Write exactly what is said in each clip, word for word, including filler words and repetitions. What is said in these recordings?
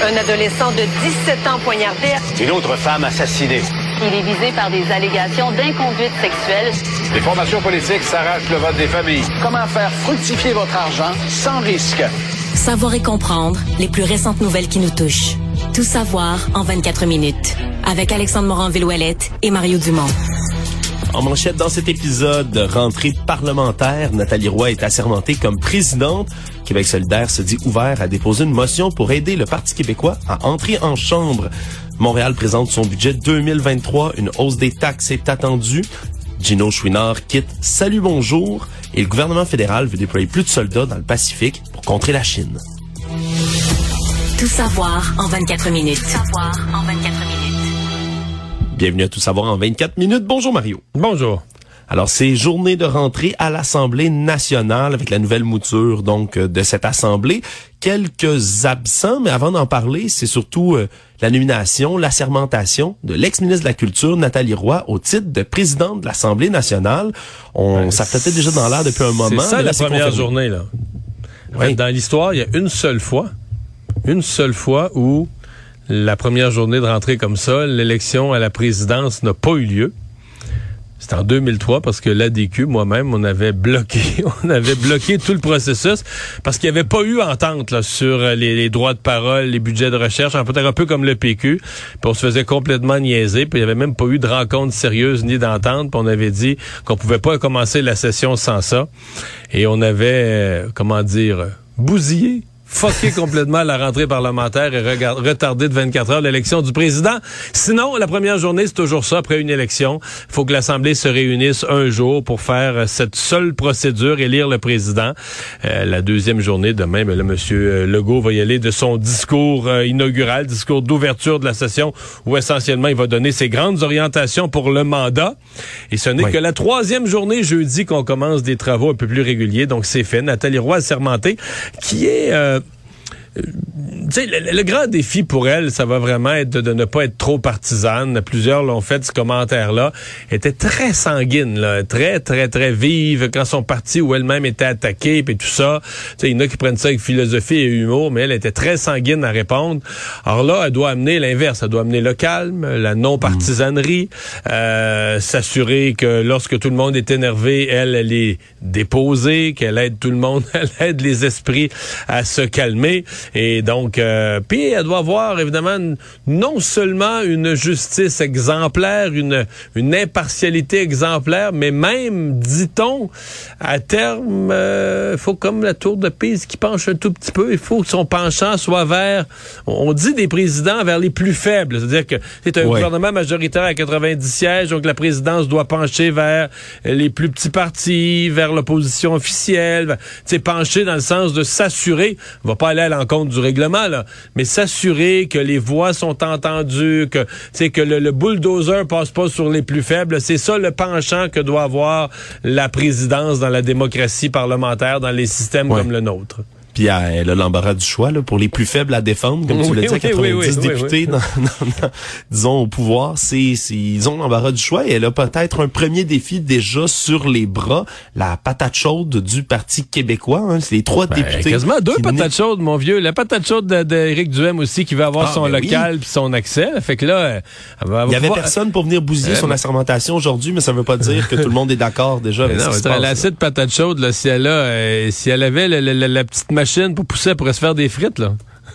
Un adolescent de dix-sept ans poignardé. Une autre femme assassinée. Il est visé par des allégations d'inconduite sexuelle. Les formations politiques s'arrachent le vote des familles. Comment faire fructifier votre argent sans risque? Savoir et comprendre les plus récentes nouvelles qui nous touchent. Tout savoir en vingt-quatre minutes. Avec Alexandre Morin-Villouellette et Mario Dumont. En manchette dans cet épisode, rentrée parlementaire, Nathalie Roy est assermentée comme présidente. Québec solidaire se dit ouvert à déposer une motion pour aider le Parti québécois à entrer en chambre. Montréal présente son budget deux mille vingt-trois. Une hausse des taxes est attendue. Gino Chouinard quitte Salut Bonjour. Et le gouvernement fédéral veut déployer plus de soldats dans le Pacifique pour contrer la Chine. Tout savoir en vingt-quatre minutes. Tout savoir en vingt-quatre minutes. Bienvenue à Tout savoir en vingt-quatre minutes. Bonjour Mario. Bonjour. Alors, c'est journée de rentrée à l'Assemblée nationale avec la nouvelle mouture donc de cette Assemblée. Quelques absents, mais avant d'en parler, c'est surtout euh, la nomination, l'assermentation de l'ex-ministre de la Culture, Nathalie Roy, au titre de présidente de l'Assemblée nationale. On ben, ça flottait déjà dans l'air depuis un moment. C'est ça, mais là, la première confirmé. journée, là. En fait, oui. Dans l'histoire, il y a une seule fois, une seule fois où la première journée de rentrée comme ça, l'élection à la présidence n'a pas eu lieu. C'était en deux mille trois parce que l'A D Q, moi-même, on avait bloqué, on avait bloqué tout le processus parce qu'il n'y avait pas eu entente là, sur les, les droits de parole, les budgets de recherche, peut-être un peu comme le P Q. Puis on se faisait complètement niaiser. Puis il n'y avait même pas eu de rencontre sérieuse ni d'entente. Puis on avait dit qu'on pouvait pas commencer la session sans ça. Et on avait, euh, comment dire, bousillé. Foqué complètement la rentrée parlementaire et regard, retardé de vingt-quatre heures l'élection du président. Sinon, la première journée, c'est toujours ça. Après une élection, il faut que l'Assemblée se réunisse un jour pour faire cette seule procédure, élire le président. Euh, la deuxième journée, demain, ben là, M. Legault va y aller de son discours euh, inaugural, discours d'ouverture de la session, où essentiellement, il va donner ses grandes orientations pour le mandat. Et ce n'est oui. que la troisième journée, jeudi, qu'on commence des travaux un peu plus réguliers. Donc, c'est fait. Nathalie Roy assermentée, qui est... Euh, Tu sais, le, le grand défi pour elle, ça va vraiment être de, de ne pas être trop partisane. Plusieurs l'ont fait, ce commentaire-là. Elle était très sanguine, là, très, très, très vive quand son parti ou elle-même était attaquée, puis tout ça. Tu sais, il y en a qui prennent ça avec philosophie et humour, mais elle était très sanguine à répondre. Alors là, elle doit amener l'inverse. Elle doit amener le calme, la non-partisanerie, mmh. euh, s'assurer que lorsque tout le monde est énervé, elle, elle est déposée, qu'elle aide tout le monde, elle aide les esprits à se calmer. Et donc, euh, puis elle doit avoir évidemment non seulement une justice exemplaire, une une impartialité exemplaire, mais même, dit-on, à terme, il euh, faut comme la tour de Pise qui penche un tout petit peu. Il faut que son penchant soit vers, on dit des présidents vers les plus faibles. C'est-à-dire que c'est un ouais. gouvernement majoritaire à quatre-vingt-dix sièges, donc la présidence doit pencher vers les plus petits partis, vers l'opposition officielle, tu sais, pencher dans le sens de s'assurer, on va pas aller à l'encontre du règlement, là, mais s'assurer que les voix sont entendues, que c'est que le, le bulldozer passe pas sur les plus faibles. C'est ça le penchant que doit avoir la présidence dans la démocratie parlementaire, dans les systèmes ouais. comme le nôtre. Puis elle a l'embarras du choix là, pour les plus faibles à défendre, comme tu oui, l'as dit, oui, quatre-vingt-dix oui, oui, députés oui, oui. Dans, dans, dans, disons, au pouvoir. C'est, c'est, ils ont l'embarras du choix et elle a peut-être un premier défi déjà sur les bras, la patate chaude du Parti québécois. Hein. C'est les trois ben, députés. Quasiment deux patates n'est... chaudes, mon vieux. La patate chaude d'Éric Duhaime aussi, qui va avoir ah, son ben local puis oui. son accès. Fait que là, elle va il y avait pouvoir... personne pour venir bousiller euh, son assermentation aujourd'hui, mais ça veut pas dire que tout le monde est d'accord déjà avec non, ce qui se passe. passe. La petite patate chaude, là, si elle a, euh, si elle avait la, la, la, la petite machine pour pousser, elle pourrait se faire des frites, là.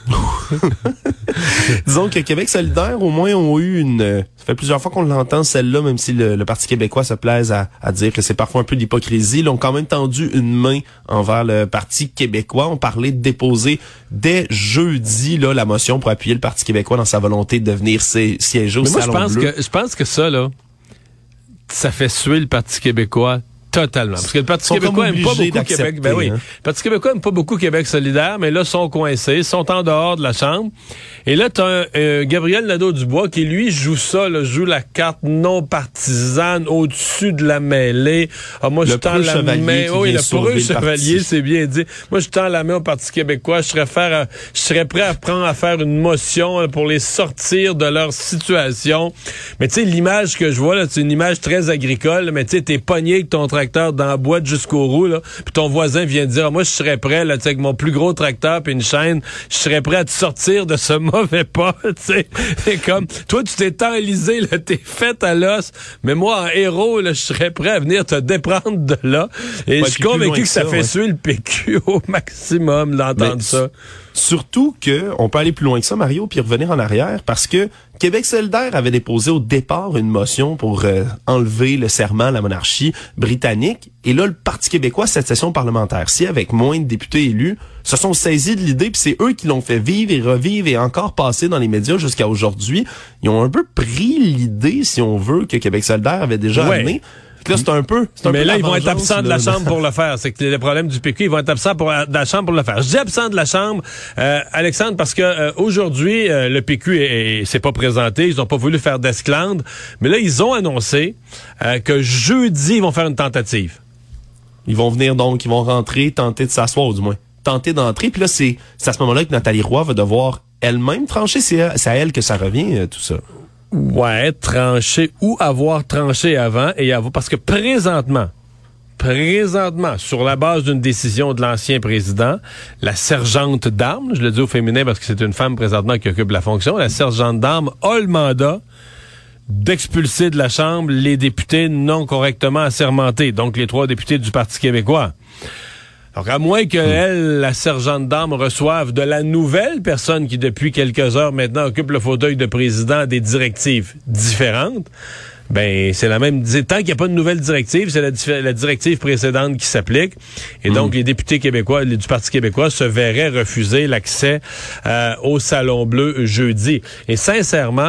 Disons que Québec solidaire, au moins, ont eu une... Euh, ça fait plusieurs fois qu'on l'entend, celle-là, même si le, le Parti québécois se plaise à, à dire que c'est parfois un peu d'hypocrisie. Ils ont quand même tendu une main envers le Parti québécois. On parlait de déposer dès jeudi là, la motion pour appuyer le Parti québécois dans sa volonté de devenir si, siéger au Mais moi, Salon je pense Bleu. que je pense que ça, là, ça fait suer le Parti québécois totalement. Parce que le Parti québécois aime pas beaucoup Québec. Ben oui. Hein? Le Parti québécois aime pas beaucoup Québec solidaire, mais là, sont coincés, sont en dehors de la Chambre. Et là, t'as un, euh, Gabriel Nadeau-Dubois qui, lui, joue ça, là, joue la carte non partisane au-dessus de la mêlée. Ah, moi, je tends la main. Oui, le preux chevalier, c'est bien dit. Moi, je tends la main au Parti québécois. Je serais faire, à, je serais prêt à prendre à faire une motion là, pour les sortir de leur situation. Mais tu sais, l'image que je vois, là, c'est une image très agricole, mais tu sais, t'es pogné avec ton tracteur tracteur dans la boîte jusqu'aux roues, là, puis ton voisin vient te dire, ah, moi, je serais prêt, là, tu sais, avec mon plus gros tracteur puis une chaîne, je serais prêt à te sortir de ce mauvais pas, tu sais. C'est comme, toi, tu t'es enlisé, là, t'es fait à l'os, mais moi, en héros, là, je serais prêt à venir te déprendre de là. Et ouais, je suis convaincu que ça, ça fait ouais. suer le P Q au maximum d'entendre mais, ça. Surtout que on peut aller plus loin que ça, Mario, puis revenir en arrière, parce que Québec solidaire avait déposé au départ une motion pour euh, enlever le serment à la monarchie britannique. Et là, le Parti québécois, cette session parlementaire-ci, avec moins de députés élus, se sont saisis de l'idée, puis c'est eux qui l'ont fait vivre et revivre et encore passer dans les médias jusqu'à aujourd'hui. Ils ont un peu pris l'idée, si on veut, que Québec solidaire avait déjà ouais. amené. Là, c'est un peu. C'est un mais peu là, ils vont être absents de la Chambre pour le faire. C'est que les problèmes du P Q, ils vont être absents pour, de la Chambre pour le faire. Je dis absents de la Chambre, euh, Alexandre, parce que euh, aujourd'hui, euh, le P Q est, est, s'est pas présenté. Ils ont pas voulu faire d'esclandre. Mais là, ils ont annoncé euh, que jeudi, ils vont faire une tentative. Ils vont venir donc, ils vont rentrer, tenter de s'asseoir, ou du moins, tenter d'entrer. Puis là, c'est, c'est à ce moment-là que Nathalie Roy va devoir elle-même trancher. C'est à, c'est à elle que ça revient, euh, tout ça. Ouais, trancher ou avoir tranché avant et avoir, parce que présentement, présentement, sur la base d'une décision de l'ancien président, la sergente d'armes, je le dis au féminin parce que c'est une femme présentement qui occupe la fonction, la sergente d'armes a le mandat d'expulser de la Chambre les députés non correctement assermentés, donc les trois députés du Parti québécois. Donc, à moins que elle, la sergente d'armes, reçoive de la nouvelle personne qui, depuis quelques heures maintenant, occupe le fauteuil de président des directives différentes, ben c'est la même. Tant qu'il n'y a pas de nouvelle directive, c'est la, la directive précédente qui s'applique. Et donc, mmh. les députés québécois les, du Parti québécois se verraient refuser l'accès euh, au Salon Bleu jeudi. Et sincèrement,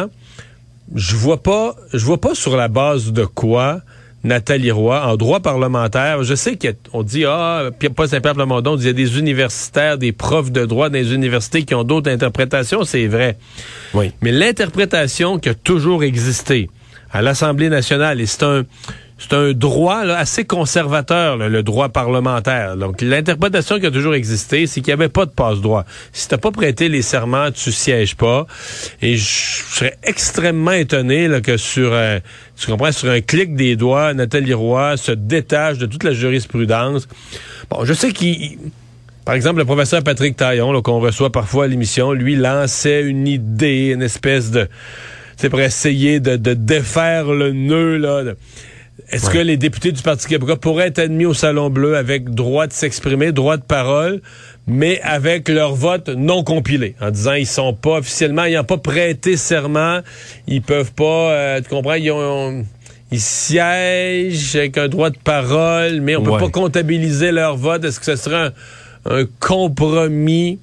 je vois pas, je vois pas sur la base de quoi Nathalie Roy, en droit parlementaire, je sais qu'on dit, ah, pas Saint-Pierre Plamondon, il y a des universitaires, des profs de droit dans les universités qui ont d'autres interprétations, c'est vrai. Oui. Mais l'interprétation qui a toujours existé à l'Assemblée nationale, et c'est un, c'est un droit là, assez conservateur, là, le droit parlementaire. Donc, l'interprétation qui a toujours existé, c'est qu'il n'y avait pas de passe-droit. Si t'as pas prêté les serments, tu sièges pas. Et je serais extrêmement étonné là, que sur un, tu comprends, sur un clic des doigts, Nathalie Roy se détache de toute la jurisprudence. Bon, je sais qu'il... Par exemple, le professeur Patrick Taillon, là, qu'on reçoit parfois à l'émission, lui lançait une idée, une espèce de... C'est pour essayer de, de défaire le nœud, là... De, Est-ce ouais. que les députés du Parti québécois pourraient être admis au Salon Bleu avec droit de s'exprimer, droit de parole, mais avec leur vote non compilé, en disant ils sont pas officiellement, ils n'ont pas prêté serment, ils peuvent pas, euh, tu comprends, ils ont... Ils siègent avec un droit de parole, mais on peut ouais. pas comptabiliser leur vote. Est-ce que ce serait un, un compromis?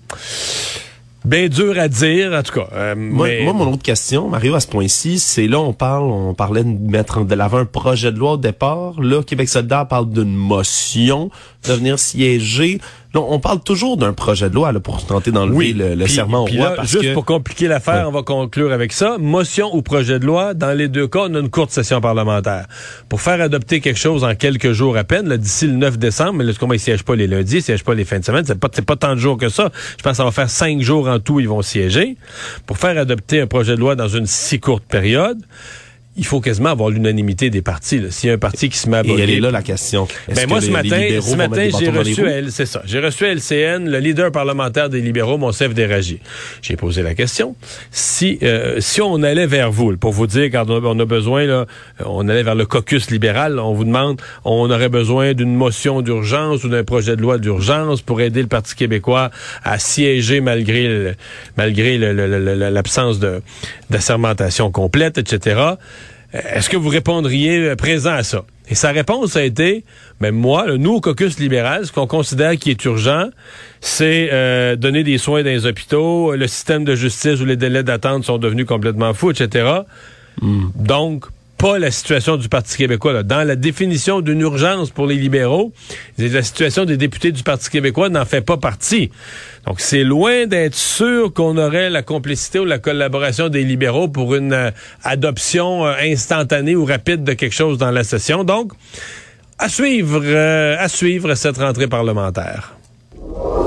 Bien dur à dire, en tout cas. Euh, moi, mais... moi, mon autre question, Mario, à ce point-ci, c'est là, on parle, on parlait de mettre de l'avant un projet de loi au départ. Là, Québec solidaire parle d'une motion de venir siéger. Là, on parle toujours d'un projet de loi là, pour tenter d'enlever oui, le, le puis, serment au puis roi. Là, parce juste que... pour compliquer l'affaire, ouais. on va conclure avec ça. Motion ou projet de loi, dans les deux cas, on a une courte session parlementaire. Pour faire adopter quelque chose en quelques jours à peine, là, d'ici le neuf décembre, mais là, comment ils siègent pas les lundis, ils siègent pas les fins de semaine, c'est pas, c'est pas tant de jours que ça. Je pense que ça va faire cinq jours en tout, ils vont siéger. Pour faire adopter un projet de loi dans une si courte période, il faut quasiment avoir l'unanimité des partis. Là. S'il y a un parti qui se met à botter... Et elle est là, la question. Est-ce ben moi, ce les, matin, les ce matin, j'ai reçu, elle, c'est ça, j'ai reçu L C N, le leader parlementaire des libéraux, Monsef Déragi. J'ai posé la question. Si euh, si on allait vers vous, pour vous dire, quand on a, on a besoin, là, on allait vers le caucus libéral, on vous demande, on aurait besoin d'une motion d'urgence ou d'un projet de loi d'urgence pour aider le Parti québécois à siéger malgré le, malgré le, le, le, l'absence de d'assermentation complète, et cetera. Est-ce que vous répondriez présent à ça? Et sa réponse a été, ben moi, nous, au caucus libéral, ce qu'on considère qui est urgent, c'est euh, donner des soins dans les hôpitaux, le système de justice où les délais d'attente sont devenus complètement fous, et cetera. Mm. Donc, pas la situation du Parti québécois. Là. Dans la définition d'une urgence pour les libéraux, la situation des députés du Parti québécois n'en fait pas partie. Donc, c'est loin d'être sûr qu'on aurait la complicité ou la collaboration des libéraux pour une euh, adoption euh, instantanée ou rapide de quelque chose dans la session. Donc, à suivre, euh, à suivre cette rentrée parlementaire.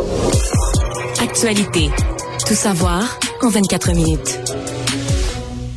Actualité. Tout savoir en vingt-quatre minutes.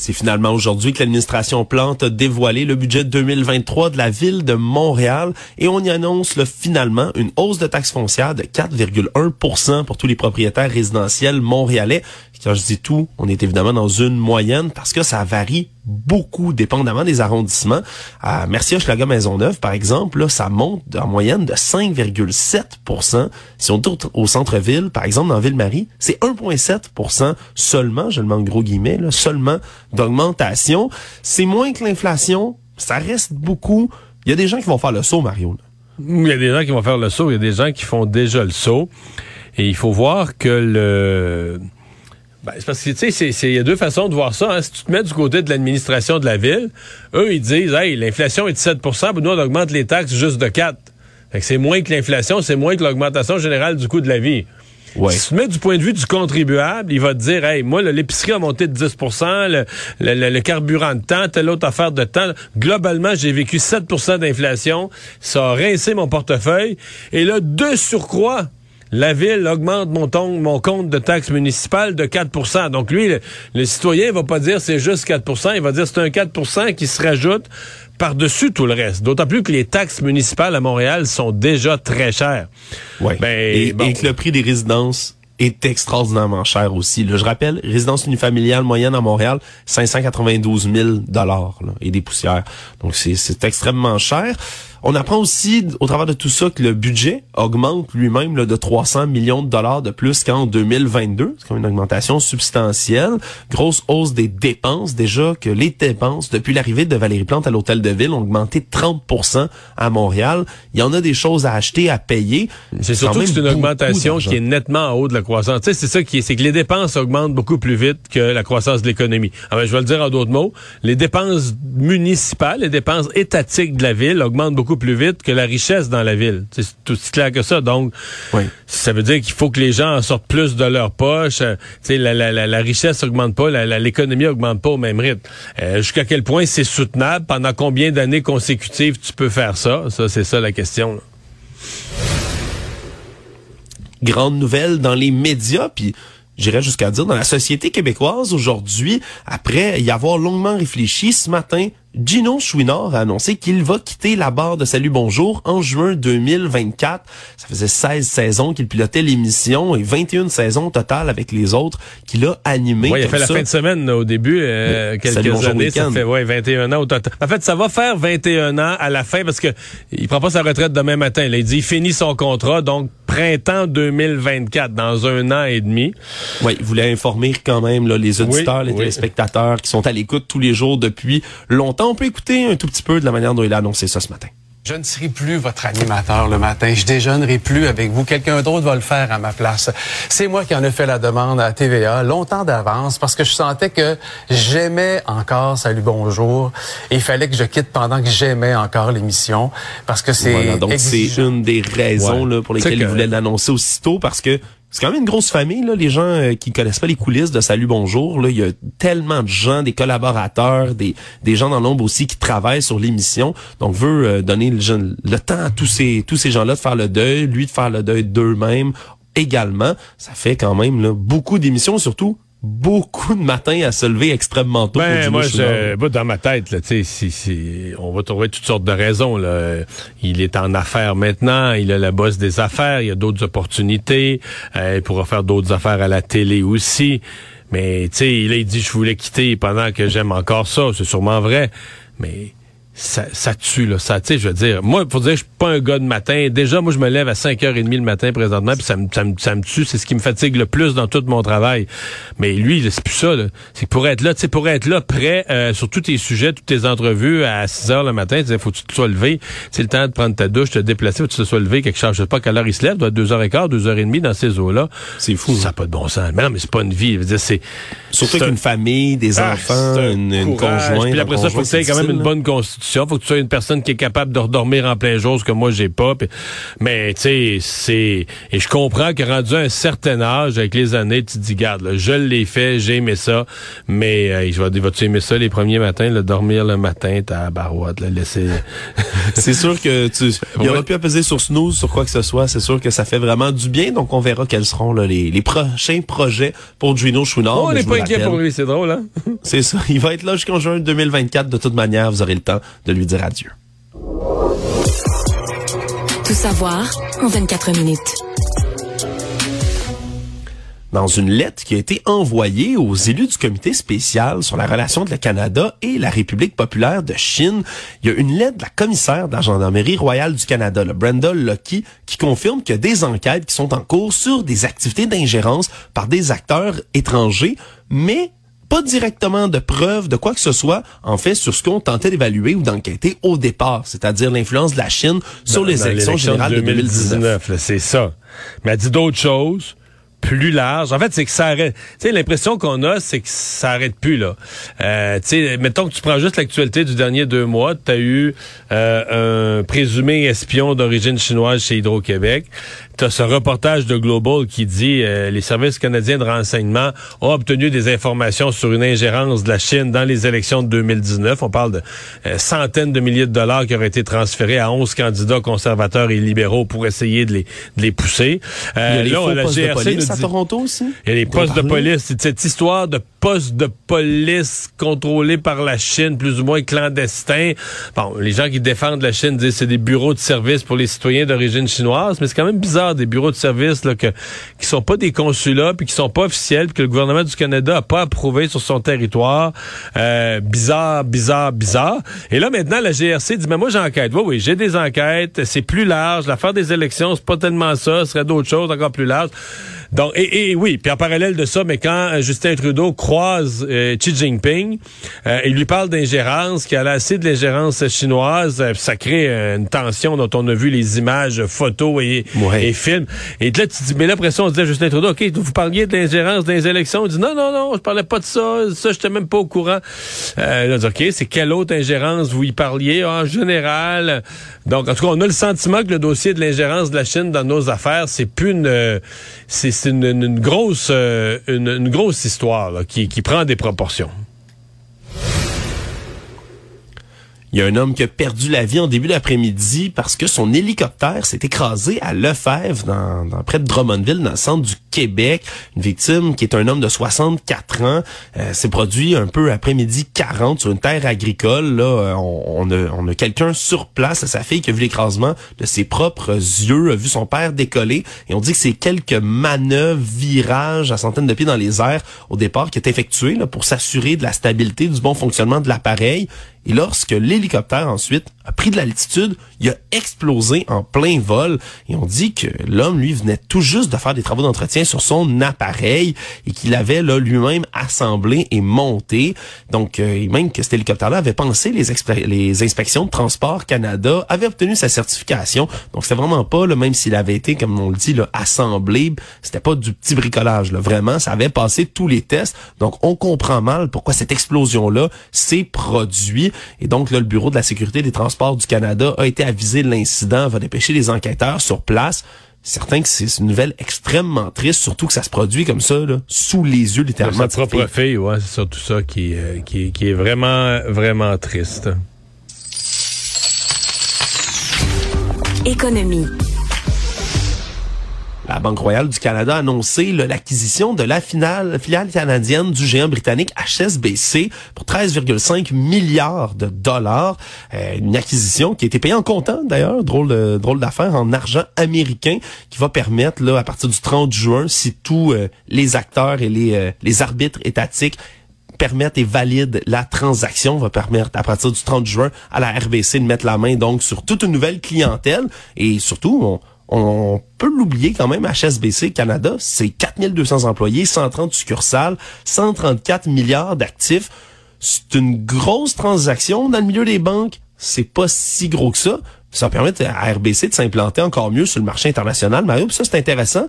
C'est finalement aujourd'hui que l'administration Plante a dévoilé le budget deux mille vingt-trois de la ville de Montréal et on y annonce là, finalement une hausse de taxe foncière de quatre virgule un pour cent pour tous les propriétaires résidentiels montréalais. Quand je dis tout, on est évidemment dans une moyenne parce que ça varie beaucoup dépendamment des arrondissements. À Mercier-Hochelaga-Maisonneuve, par exemple, là, ça monte en moyenne de cinq virgule sept pour cent. Si on tourne au centre-ville, par exemple dans Ville-Marie, c'est un virgule sept pour cent seulement, je le mets en gros guillemets, là, seulement d'augmentation. C'est moins que l'inflation, ça reste beaucoup. Il y a des gens qui vont faire le saut, Mario. Là. Il y a des gens qui vont faire le saut, il y a des gens qui font déjà le saut. Et il faut voir que le... Ben, c'est parce que, tu sais, il y a deux façons de voir ça. Hein. Si tu te mets du côté de l'administration de la ville, eux, ils disent, hey, l'inflation est de sept pour cent, puis nous, on augmente les taxes juste de quatre. Fait que c'est moins que l'inflation, c'est moins que l'augmentation générale du coût de la vie. Ouais. Si tu te mets du point de vue du contribuable, il va te dire, hey, moi, l'épicerie a monté de dix pour cent, le, le, le, le carburant de temps, telle autre affaire de temps. Globalement, j'ai vécu sept pour cent d'inflation. Ça a rincé mon portefeuille. Et là, de surcroît, la ville augmente mon, ton, mon compte de taxes municipales de quatre pour cent. Donc lui, le, le citoyen va pas dire c'est juste quatre pour cent, il va dire c'est un quatre pour cent qui se rajoute par-dessus tout le reste. D'autant plus que les taxes municipales à Montréal sont déjà très chères. Ouais. Ben, et, bon. et que le prix des résidences est extraordinairement cher aussi. Là, je rappelle, résidence unifamiliale moyenne à Montréal, cinq cent quatre-vingt-douze mille dollars et des poussières. Donc c'est, c'est extrêmement cher. On apprend aussi, au travers de tout ça, que le budget augmente lui-même là, de trois cents millions de dollars de plus qu'en deux mille vingt-deux. C'est comme une augmentation substantielle. Grosse hausse des dépenses. Déjà que les dépenses, depuis l'arrivée de Valérie Plante à l'Hôtel de Ville, ont augmenté de trente pour cent à Montréal. Il y en a des choses à acheter, à payer. C'est surtout que c'est une augmentation qui est nettement en haut de la croissance. Tu sais, c'est ça qui est, c'est que les dépenses augmentent beaucoup plus vite que la croissance de l'économie. Ah ben, je vais le dire en d'autres mots. Les dépenses municipales, les dépenses étatiques de la ville augmentent beaucoup plus vite que la richesse dans la ville. C'est tout aussi clair que ça. Donc, oui. Ça veut dire qu'il faut que les gens en sortent plus de leur poche. Euh, la, la, la, la richesse augmente pas, la, la, l'économie augmente pas au même rythme. Euh, jusqu'à quel point c'est soutenable? Pendant combien d'années consécutives tu peux faire ça? Ça, c'est ça la question. Là. Grande nouvelle dans les médias, puis j'irais jusqu'à dire dans la société québécoise aujourd'hui, après y avoir longuement réfléchi, ce matin, Gino Chouinard a annoncé qu'il va quitter la barre de Salut Bonjour en juin deux mille vingt-quatre. Ça faisait seize saisons qu'il pilotait l'émission et vingt et une saisons totales avec les autres qu'il a animées. Oui, il a fait ça. La fin de semaine là, au début, euh, quelques Salut Bonjour années, Week-end. Ça fait ouais, vingt et un ans au total. En fait, ça va faire vingt et un ans à la fin parce que il prend pas sa retraite demain matin. Là. Il dit il finit son contrat, donc printemps deux mille vingt-quatre, dans un an et demi. Oui, il voulait informer quand même là, les auditeurs, oui, les oui. téléspectateurs qui sont à l'écoute tous les jours depuis longtemps. On peut écouter un tout petit peu de la manière dont il a annoncé ça ce matin. Je ne serai plus votre animateur le matin. Je déjeunerai plus avec vous. Quelqu'un d'autre va le faire à ma place. C'est moi qui en ai fait la demande à T V A longtemps d'avance parce que je sentais que j'aimais encore Salut Bonjour et il fallait que je quitte pendant que j'aimais encore l'émission parce que c'est voilà, donc exigeant. C'est une des raisons ouais. là, pour lesquelles que... il voulait l'annoncer aussitôt parce que c'est quand même une grosse famille, là, les gens euh, qui connaissent pas les coulisses de Salut Bonjour. Là, il y a tellement de gens, des collaborateurs, des des gens dans l'ombre aussi qui travaillent sur l'émission. Donc, veut euh, donner le, le temps à tous ces tous ces gens-là de faire le deuil, lui de faire le deuil d'eux-mêmes également. Ça fait quand même là, beaucoup d'émissions, surtout beaucoup de matins à se lever extrêmement tôt. Ben, moi, je, moi, dans ma tête, là, tu sais, si, si, on va trouver toutes sortes de raisons, là. Il est en affaires maintenant, il a la bosse des affaires, il y a d'autres opportunités, euh, il pourra faire d'autres affaires à la télé aussi. Mais, tu sais, là, il dit, je voulais quitter pendant que j'aime encore ça, c'est sûrement vrai. Mais, ça, ça tue, là. Ça, tu sais, je veux dire, moi, faut dire que je suis pas un gars de matin. Déjà, moi, je me lève à cinq heures trente le matin présentement, puis ça me, ça me, ça me tue. C'est ce qui me fatigue le plus dans tout mon travail. Mais lui, là, c'est plus ça, là. C'est pour être là, tu sais, pour être là, prêt, euh, sur tous tes sujets, toutes tes entrevues à six heures le matin, tu sais, faut que tu te sois levé. C'est le temps de prendre ta douche, te déplacer, faut que tu te sois levé quelque chose. Je sais pas à quelle heure il se lève, doit être deux heures quinze, deux heures trente dans ces eaux-là. C'est fou. Ça n'a pas de bon sens. Mais non, mais c'est pas une vie. Je veux dire, c'est. Surtout c'est qu'une un... famille, des ah, enfants, une, une conjointe. Puis après ça, il faut que tu aies quand même une bonne constitution. constitution. Faut que tu sois une personne qui est capable de redormir en plein jour, ce que moi j'ai pas. Pis, mais tu sais, c'est et je comprends que rendu à un certain âge, avec les années, tu te dis, garde, là, je l'ai fait, j'ai aimé ça, mais euh, je vais vas-tu aimer ça les premiers matins, le dormir le matin, t'as la barouette, là, laisser. C'est sûr que tu, il y aura plus à peser sur snooze, sur quoi que ce soit. C'est sûr que ça fait vraiment du bien. Donc on verra quels seront là, les, les prochains projets pour Gino Chouinard. Oh, on n'est pas inquiet pour lui, c'est drôle, hein? C'est ça. Il va être là jusqu'en juin deux mille vingt-quatre. De toute manière, vous aurez le temps de lui dire adieu. Tout savoir en vingt-quatre minutes. Dans une lettre qui a été envoyée aux élus du comité spécial sur la relation entre le Canada et la République populaire de Chine, il y a une lettre de la commissaire de la Gendarmerie royale du Canada, le Brenda Lockie, qui confirme qu'il y a des enquêtes qui sont en cours sur des activités d'ingérence par des acteurs étrangers, mais pas directement de preuves de quoi que ce soit, en fait, sur ce qu'on tentait d'évaluer ou d'enquêter au départ, c'est-à-dire l'influence de la Chine sur dans, les dans élections générales de deux mille dix-neuf. Là, c'est ça. Mais elle dit d'autres choses. Plus large. En fait, c'est que ça arrête. Tu sais, l'impression qu'on a, c'est que ça arrête plus, là. Euh, tu sais, mettons que tu prends juste l'actualité du dernier deux mois, tu as eu euh, un présumé espion d'origine chinoise chez Hydro-Québec. Tu as ce reportage de Global qui dit euh, les services canadiens de renseignement ont obtenu des informations sur une ingérence de la Chine dans les élections de deux mille dix-neuf. On parle de euh, centaines de milliers de dollars qui auraient été transférés à onze candidats conservateurs et libéraux pour essayer de les, de les pousser. Euh, Il y a les là, faux la postes G R C de police nous à dit, Toronto aussi. il y a les postes de police. C'est cette histoire de postes de police contrôlés par la Chine, plus ou moins clandestins. Bon, les gens qui défendent la Chine disent que c'est des bureaux de service pour les citoyens d'origine chinoise, mais c'est quand même bizarre, des bureaux de service là, que, qui sont pas des consulats, puis qui sont pas officiels, puis que le gouvernement du Canada a pas approuvé sur son territoire. Euh, bizarre, bizarre, bizarre. Et là, maintenant, la G R C dit, mais moi, j'enquête. Oui, oui, j'ai des enquêtes, c'est plus large. L'affaire des élections, c'est pas tellement ça, ce serait d'autres choses encore plus larges. Donc, et, et oui, puis en parallèle de ça, mais quand euh, Justin Trudeau croise euh, Xi Jinping, euh, il lui parle d'ingérence, qu'il a assez de l'ingérence chinoise, euh, ça crée euh, une tension dont on a vu les images, photos et, ouais. et films. Et là, tu dis, mais là, après ça, on se dit à Justin Trudeau, OK, vous parliez de l'ingérence dans les élections. Il dit, non, non, non, je parlais pas de ça, ça, j'étais même pas au courant. Euh, là, on dit, OK, c'est quelle autre ingérence vous y parliez? En général. Donc, en tout cas, on a le sentiment que le dossier de l'ingérence de la Chine dans nos affaires, c'est plus une, euh, c'est, c'est une, une grosse, euh, une, une grosse histoire là, qui, qui prend des proportions. Il y a un homme qui a perdu la vie en début d'après-midi parce que son hélicoptère s'est écrasé à Lefebvre, dans, dans près de Drummondville, dans le centre du Québec. Une victime qui est un homme de soixante-quatre ans. Euh, s'est produit un peu après-midi quarante sur une terre agricole. Là, on, on a, on a quelqu'un sur place, sa fille qui a vu l'écrasement de ses propres yeux, a vu son père décoller. Et on dit que c'est quelques manœuvres, virages à centaines de pieds dans les airs au départ qui est effectué là, pour s'assurer de la stabilité, du bon fonctionnement de l'appareil. Et lorsque l'hélicoptère, ensuite, a pris de l'altitude, il a explosé en plein vol. Et on dit que l'homme, lui, venait tout juste de faire des travaux d'entretien sur son appareil et qu'il avait là lui-même assemblé et monté. Donc, euh, et même que cet hélicoptère-là avait pensé les, expé- les inspections de Transport Canada, avait obtenu sa certification. Donc, c'était vraiment pas, là, même s'il avait été, comme on le dit, là, assemblé, c'était pas du petit bricolage. Là. Vraiment, ça avait passé tous les tests. Donc, on comprend mal pourquoi cette explosion-là s'est produite. Et donc, là, le Bureau de la sécurité des transports du Canada a été avisé de l'incident, va dépêcher les enquêteurs sur place. Certain que c'est une nouvelle extrêmement triste, surtout que ça se produit comme ça, là, sous les yeux, littéralement. Sa propre fille, fille ouais, c'est surtout ça qui, euh, qui, qui est vraiment, vraiment triste. Économie. La Banque royale du Canada a annoncé là, l'acquisition de la finale, filiale canadienne du géant britannique H S B C pour treize virgule cinq milliards de dollars. Euh, une acquisition qui a été payée en comptant, d'ailleurs, drôle de, drôle d'affaire, en argent américain, qui va permettre, là, à partir du trente juin, si tous euh, les acteurs et les, euh, les arbitres étatiques permettent et valident la transaction, va permettre à partir du trente juin à la R B C de mettre la main donc sur toute une nouvelle clientèle. Et surtout, on On peut l'oublier quand même, H S B C Canada, c'est quatre mille deux cents employés, cent trente succursales, cent trente-quatre milliards d'actifs. C'est une grosse transaction dans le milieu des banques. C'est pas si gros que ça. Ça permet à R B C de s'implanter encore mieux sur le marché international. Mario, ça, c'est intéressant.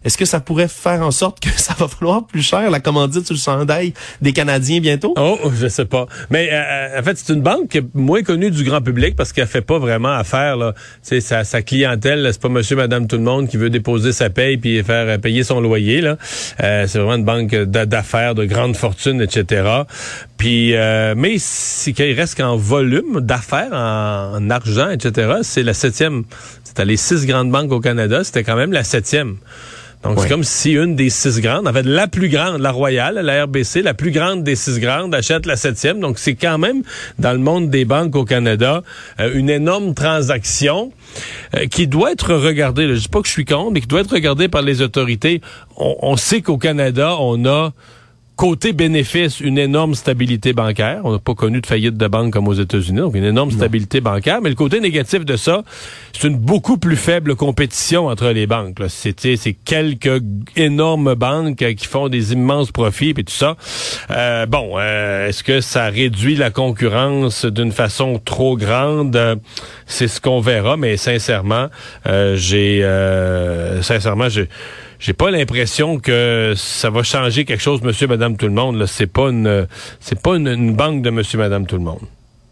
est-ce que ça pourrait faire en sorte que ça va falloir plus cher la commandite sur le chandail des Canadiens bientôt? Oh, je sais pas. Mais euh, en fait, c'est une banque qui est moins connue du grand public parce qu'elle fait pas vraiment affaire là. C'est sa, sa clientèle, là, c'est pas monsieur, madame, tout le monde qui veut déposer sa paye puis faire payer son loyer là. Euh, c'est vraiment une banque d'affaires, de grande fortune, et cetera. Puis, euh, mais c'est qu'il reste qu'en volume d'affaires, en, en argent, et cetera. C'est la septième. C'était les six grandes banques au Canada, c'était quand même la septième. Donc, ouais. C'est comme si une des six grandes, en fait, la plus grande, la Royale, la R B C, la plus grande des six grandes, achète la septième. Donc, c'est quand même, dans le monde des banques au Canada, euh, une énorme transaction euh, qui doit être regardée. Là, je dis pas que je suis contre, mais qui doit être regardée par les autorités. On, on sait qu'au Canada, on a côté bénéfice, une énorme stabilité bancaire. On n'a pas connu de faillite de banque comme aux États-Unis, donc une énorme non. stabilité bancaire. Mais le côté négatif de ça, c'est une beaucoup plus faible compétition entre les banques. Là. C'est, c'est quelques énormes banques qui font des immenses profits et tout ça. Euh, bon, euh, est-ce que ça réduit la concurrence d'une façon trop grande? C'est ce qu'on verra, mais sincèrement, euh, j'ai... Euh, sincèrement, j'ai... J'ai pas l'impression que ça va changer quelque chose, monsieur, madame, tout le monde. Là, c'est pas une, c'est pas une, une banque de monsieur, madame, tout le monde.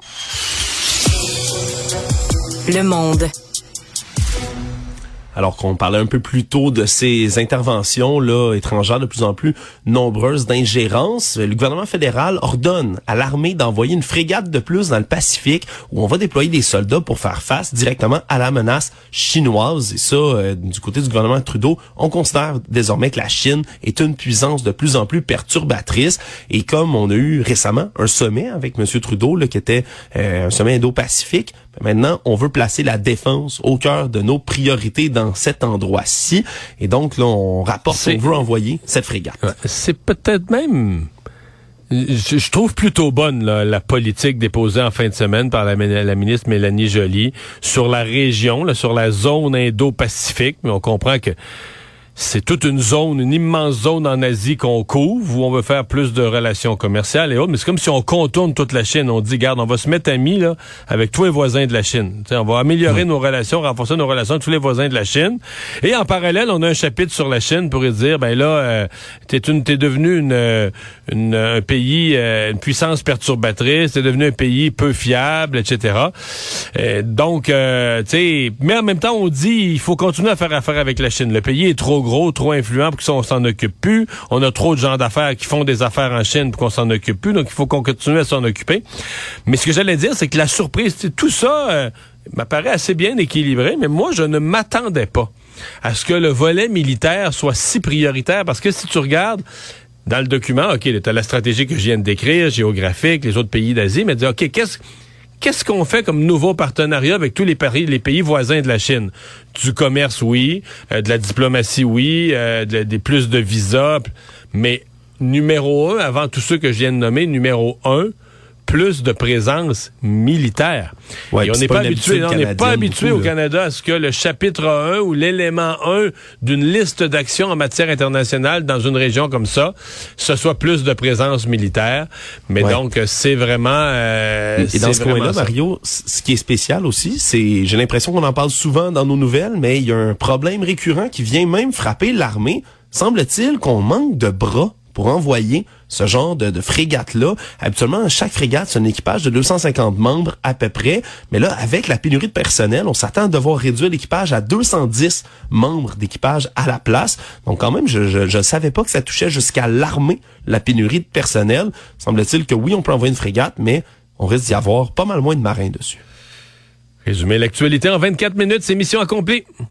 Le Monde. Alors qu'on parlait un peu plus tôt de ces interventions là étrangères de plus en plus nombreuses d'ingérence, le gouvernement fédéral ordonne à l'armée d'envoyer une frégate de plus dans le Pacifique où on va déployer des soldats pour faire face directement à la menace chinoise. Et ça, euh, du côté du gouvernement Trudeau, on considère désormais que la Chine est une puissance de plus en plus perturbatrice. Et comme on a eu récemment un sommet avec M. Trudeau, là, qui était euh, un sommet Indo-Pacifique, maintenant, on veut placer la défense au cœur de nos priorités dans cet endroit-ci. Et donc, là, on rapporte qu'on veut envoyer cette frégate. C'est peut-être même... Je, je trouve plutôt bonne là, la politique déposée en fin de semaine par la, la ministre Mélanie Joly sur la région, là, sur la zone Indo-Pacifique. Mais on comprend que c'est toute une zone, une immense zone en Asie qu'on couvre, où on veut faire plus de relations commerciales et autres, mais c'est comme si on contourne toute la Chine. On dit, regarde, on va se mettre amis là avec tous les voisins de la Chine. T'sais, on va améliorer mmh. nos relations, renforcer nos relations avec tous les voisins de la Chine. Et en parallèle, on a un chapitre sur la Chine pour dire, ben là, euh, t'es, une, t'es devenu une, une, un pays, euh, une puissance perturbatrice, t'es devenu un pays peu fiable, et cetera. Euh, donc, euh, tu sais, mais en même temps, on dit, il faut continuer à faire affaire avec la Chine. Le pays est trop gros, trop influent pour qu'on s'en occupe plus. On a trop de gens d'affaires qui font des affaires en Chine pour qu'on s'en occupe plus. Donc, il faut qu'on continue à s'en occuper. Mais ce que j'allais dire, c'est que la surprise, tout ça euh, m'apparaît assez bien équilibré, mais moi, je ne m'attendais pas à ce que le volet militaire soit si prioritaire. Parce que si tu regardes dans le document, OK, tu as la stratégie que je viens de décrire, géographique, les autres pays d'Asie, mais dis, OK, qu'est-ce Qu'est-ce qu'on fait comme nouveau partenariat avec tous les pays, les pays voisins de la Chine? Du commerce, oui. Euh, de la diplomatie, oui. Euh, de, des plus de visas. Mais numéro un, avant tous ceux que je viens de nommer, numéro un, plus de présence militaire. Ouais, et on n'est pas, pas habitué, on n'est pas habitué beaucoup, au là. Canada à ce que le chapitre un ou l'élément un d'une liste d'actions en matière internationale dans une région comme ça, ce soit plus de présence militaire. Mais ouais. donc, c'est vraiment... Euh, et dans ce coin-là, Mario, ce qui est spécial aussi, c'est, j'ai l'impression qu'on en parle souvent dans nos nouvelles, mais il y a un problème récurrent qui vient même frapper l'armée. Semble-t-il qu'on manque de bras pour envoyer ce genre de, de frégate-là. Habituellement, chaque frégate, c'est un équipage de deux cent cinquante membres à peu près. Mais là, avec la pénurie de personnel, on s'attend à devoir réduire l'équipage à deux cent dix membres d'équipage à la place. Donc quand même, je je, je savais pas que ça touchait jusqu'à l'armée, la pénurie de personnel. Semble-t-il que oui, on peut envoyer une frégate, mais on risque d'y avoir pas mal moins de marins dessus. Résumer l'actualité en vingt-quatre minutes, c'est mission accomplie.